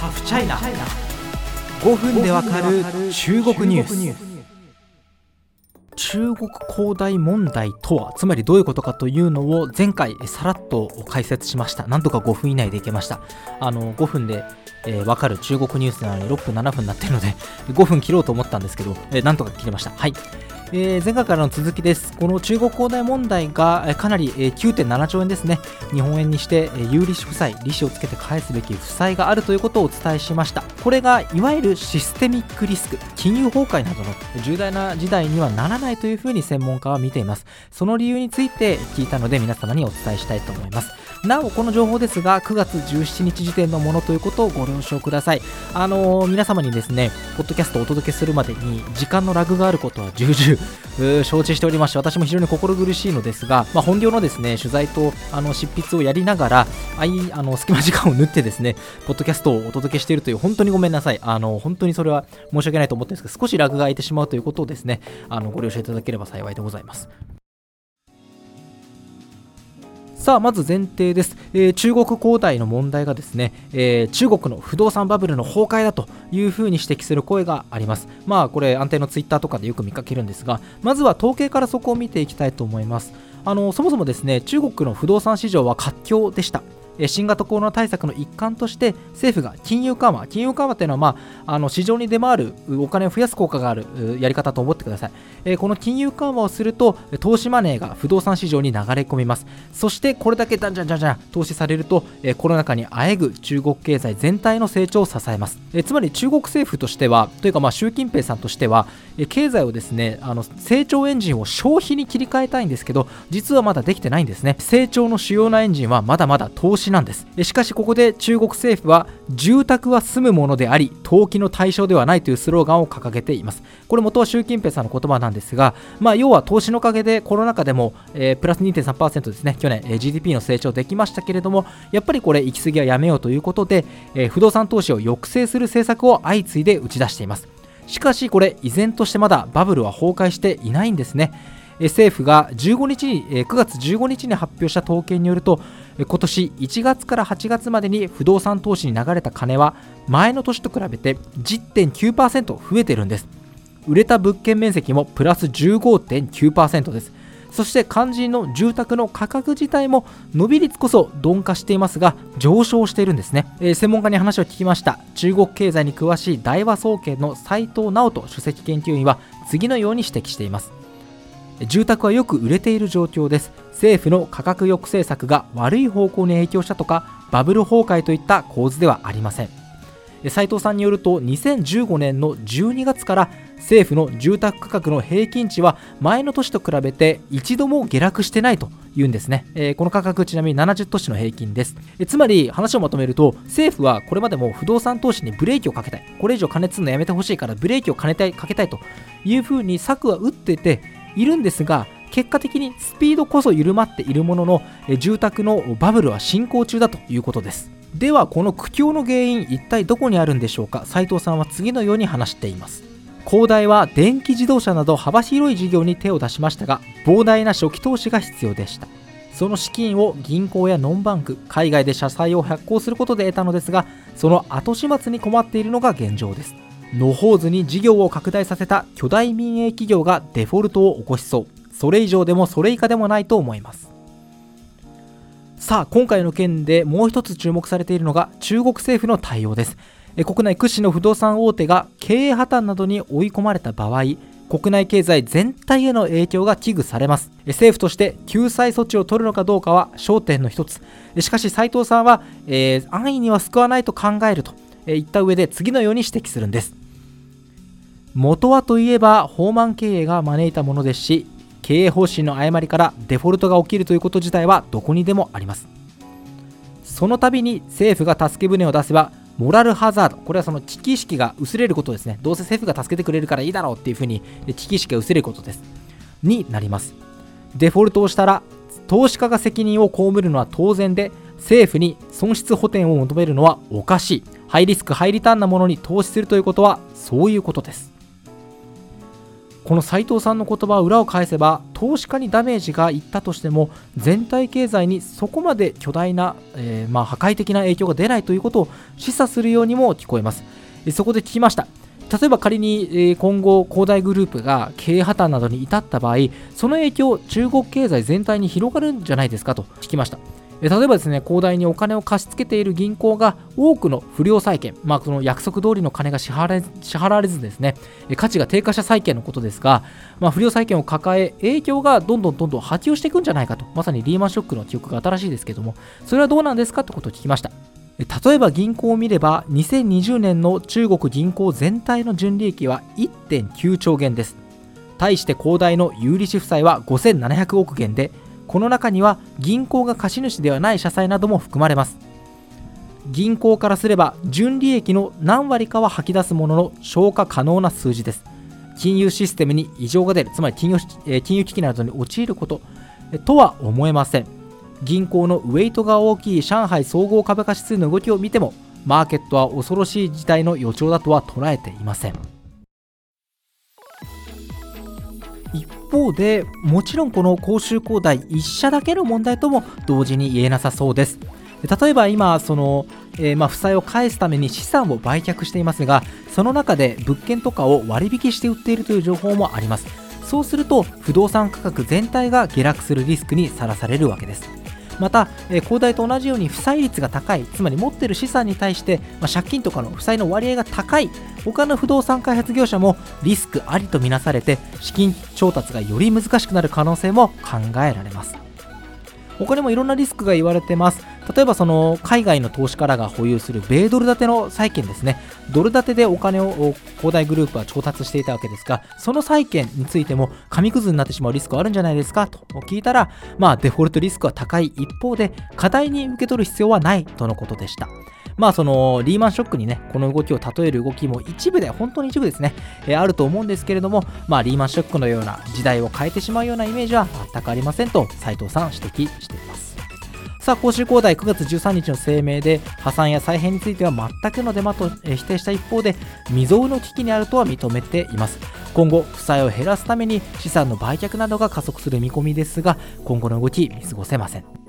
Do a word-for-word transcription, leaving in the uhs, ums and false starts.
ハフチャイナ、ごふんでわかる中国ニュース。中国恒大問題とはつまりどういうことかというのを前回さらっと解説しました。なんとかごふん以内でいけました。あのごふんでえー、分かる中国ニュースなのにろっぷんななふんになっているのでごふん切ろうと思ったんですけど、えー、なんとか切れました。はい、えー、前回からの続きです。この中国恒大問題が、えー、かなり、えー、きゅうてんななちょうえんですね、日本円にして、えー、有利子負債、利子をつけて返すべき負債があるということをお伝えしました。これがいわゆるシステミックリスク、金融崩壊などの重大な事態にはならないというふうに専門家は見ています。その理由について聞いたので皆様にお伝えしたいと思います。なおこの情報ですがくがつじゅうしちにち時点のものということをご了承ください。あのー、皆様にですねポッドキャストをお届けするまでに時間のラグがあることは重々承知しておりまして、私も非常に心苦しいのですが、まあ、本業のですね取材とあの執筆をやりながらあいあの隙間時間を縫ってですねポッドキャストをお届けしているという、本当にごめんなさい。あの本当にそれは申し訳ないと思ってるんですが、少しラグが空いてしまうということをですねあのご了承いただければ幸いでございます。さあまず前提です、えー、中国恒大の問題がですね、えー、中国の不動産バブルの崩壊だというふうに指摘する声があります。まあこれ安定のツイッターとかでよく見かけるんですが、まずは統計からそこを見ていきたいと思います。あのそもそもですね中国の不動産市場は活況でした。新型コロナ対策の一環として政府が金融緩和金融緩和というのは、まあ、あの市場に出回るお金を増やす効果があるやり方と思ってください。えー、この金融緩和をすると投資マネーが不動産市場に流れ込みます。そしてこれだけじゃんじゃんじゃんじゃん投資されると、えー、コロナ禍にあえぐ中国経済全体の成長を支えます。えー、つまり中国政府としてはというかまあ習近平さんとしては、えー、経済をですねあの成長エンジンを消費に切り替えたいんですけど、実はまだできてないんですね。成長の主要なエンジンはまだまだ投資なんです。しかしここで中国政府は住宅は住むものであり投機の対象ではないというスローガンを掲げています。これ元は習近平さんの言葉なんですが、まあ、要は投資のおかげでコロナ禍でも、えー、プラス にてんさんパーセント ですね去年、えー、ジーディーピー の成長できましたけれども、やっぱりこれ行き過ぎはやめようということで、えー、不動産投資を抑制する政策を相次いで打ち出しています。しかしこれ依然としてまだバブルは崩壊していないんですね。政府がじゅうごにちにくがつじゅうごにちに発表した統計によると、今年いちがつからはちがつまでに不動産投資に流れた金は前の年と比べて じゅってんきゅうパーセント 増えてるんです。売れた物件面積もプラス じゅうごてんきゅうパーセント です。そして肝心の住宅の価格自体も伸び率こそ鈍化していますが上昇しているんですね。えー、専門家に話を聞きました。中国経済に詳しい大和総研の斉藤直人首席研究員は次のように指摘しています。住宅はよく売れている状況です。政府の価格抑制策が悪い方向に影響したとかバブル崩壊といった構図ではありません。斉藤さんによるとにせんじゅうごねんのじゅうにがつから政府の住宅価格の平均値は前の年と比べて一度も下落してないというんですね。えー、この価格ちなみにななじゅっ都市の平均です。えー、つまり話をまとめると政府はこれまでも不動産投資にブレーキをかけたい、これ以上加熱するのやめてほしいからブレーキをかけたいかけたいというふうに策は打ってているんですが、結果的にスピードこそ緩まっているものの住宅のバブルは進行中だということです。ではこの苦境の原因一体どこにあるんでしょうか。斉藤さんは次のように話しています。恒大は電気自動車など幅広い事業に手を出しましたが膨大な初期投資が必要でした。その資金を銀行やノンバンク、海外で社債を発行することで得たのですが、その後始末に困っているのが現状です。野放図に事業を拡大させた巨大民営企業がデフォルトを起こしそう。それ以上でもそれ以下でもないと思います。さあ今回の件でもう一つ注目されているのが中国政府の対応です。国内屈指の不動産大手が経営破綻などに追い込まれた場合、国内経済全体への影響が危惧されます。政府として救済措置を取るのかどうかは焦点の一つ。しかし斉藤さんは、えー、安易には救わないと考えると言った上で次のように指摘するんです。元はといえば放漫経営が招いたものですし、経営方針の誤りからデフォルトが起きるということ自体はどこにでもあります。その度に政府が助け舟を出せばモラルハザード、これはその危機意識が薄れることですね。どうせ政府が助けてくれるからいいだろうっていうふうに危機意識が薄れることですになります。デフォルトをしたら投資家が責任を被るのは当然で、政府に損失補填を求めるのはおかしい。ハイリスクハイリターンなものに投資するということはそういうことです。 この斉藤さんの言葉は裏を返せば、投資家にダメージがいったとしても全体経済にそこまで巨大な、えーまあ破壊的な影響が出ないということを示唆するようにも聞こえます。えそこで聞きました。例えば仮に、えー今後恒大グループが経営破綻などに至った場合、その影響中国経済全体に広がるんじゃないですかと聞きました。え例えばですね、恒大にお金を貸し付けている銀行が多くの不良債権、まあ、その約束通りの金が支払え支払われずですね、え価値が低下した債権のことですが、まあ、不良債権を抱え、影響がどんどんどんどん波及していくんじゃないかと、まさにリーマンショックの記憶が新しいですけども、それはどうなんですかってことを聞きました。え例えば銀行を見れば、にせんにじゅうねんの中国銀行全体の純利益は いってんきゅうちょうげんです。対して恒大の有利子負債はごせんななひゃくおくげんで、この中には銀行が貸主ではない社債なども含まれます。銀行からすれば純利益の何割かは吐き出すものの消化可能な数字です。金融システムに異常が出る、つまり金融、えー金融危機などに陥ることえとは思えません。銀行のウェイトが大きい上海総合株価指数の動きを見ても、マーケットは恐ろしい事態の予兆だとは捉えていません。一方で、もちろんこの広州恒大一社だけの問題とも同時に言えなさそうです。例えば今その、えーまあ負債を返すために資産を売却していますが、その中で物件とかを割引して売っているという情報もあります。そうすると不動産価格全体が下落するリスクにさらされるわけです。また、えー恒大と同じように負債率が高い、つまり持っている資産に対して、まあ、借金とかの負債の割合が高い他の不動産開発業者もリスクありとみなされて、資金調達がより難しくなる可能性も考えられます。他にもいろんなリスクが言われてます。例えばその海外の投資家らが保有する米ドル建ての債券ですね。ドル建てでお金を恒大グループは調達していたわけですが、その債券についても紙くずになってしまうリスクはあるんじゃないですかと聞いたら、まあデフォルトリスクは高い一方で過大に受け取る必要はないとのことでした。まあそのリーマンショックにね、この動きを例える動きも一部で、本当に一部ですね、えーあると思うんですけれども、まあリーマンショックのような時代を変えてしまうようなイメージは全くありませんと斉藤さん指摘しています。さあ、広州恒大くがつじゅうさんにちの声明で破産や再編については全くのデマとえー否定した一方で、未曾有の危機にあるとは認めています。今後負債を減らすために資産の売却などが加速する見込みですが、今後の動き見過ごせません。